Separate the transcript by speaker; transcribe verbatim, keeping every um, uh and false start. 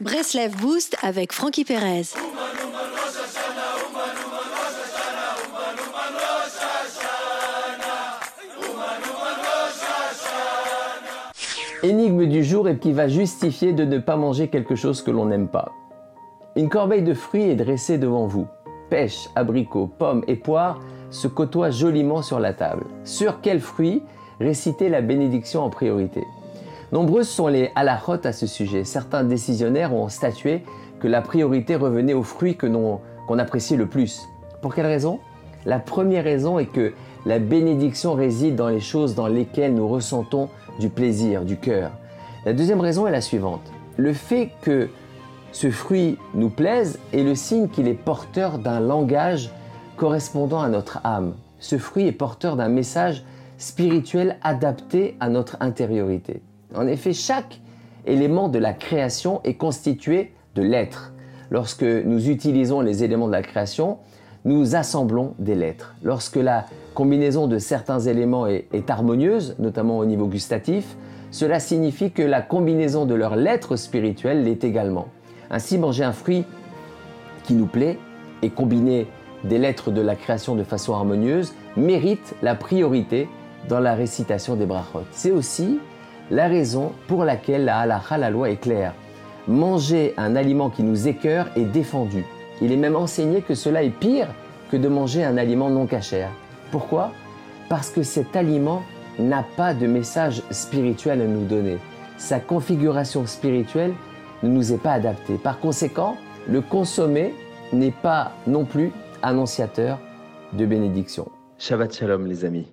Speaker 1: Breslev Boost avec Francky Perez.
Speaker 2: Énigme du jour et qui va justifier de ne pas manger quelque chose que l'on n'aime pas. Une corbeille de fruits est dressée devant vous. Pêches, abricots, pommes et poires se côtoient joliment sur la table. Sur quel fruit réciter la bénédiction en priorité? Nombreuses sont les halachot à ce sujet. Certains décisionnaires ont statué que la priorité revenait aux fruits que l'on, qu'on appréciait le plus. Pour quelle raison? La première raison est que la bénédiction réside dans les choses dans lesquelles nous ressentons du plaisir, du cœur. La deuxième raison est la suivante. Le fait que ce fruit nous plaise est le signe qu'il est porteur d'un langage correspondant à notre âme. Ce fruit est porteur d'un message spirituel adapté à notre intériorité. En effet, chaque élément de la création est constitué de lettres. Lorsque nous utilisons les éléments de la création, nous assemblons des lettres. Lorsque la combinaison de certains éléments est, est harmonieuse, notamment au niveau gustatif, cela signifie que la combinaison de leurs lettres spirituelles l'est également. Ainsi, manger un fruit qui nous plaît et combiner des lettres de la création de façon harmonieuse mérite la priorité dans la récitation des brachot. C'est aussi la raison pour laquelle la halakha, la loi, est claire. Manger un aliment qui nous écœure est défendu. Il est même enseigné que cela est pire que de manger un aliment non cachère. Pourquoi? Parce que cet aliment n'a pas de message spirituel à nous donner. Sa configuration spirituelle ne nous est pas adaptée. Par conséquent, le consommer n'est pas non plus annonciateur de bénédiction. Shabbat Shalom les amis.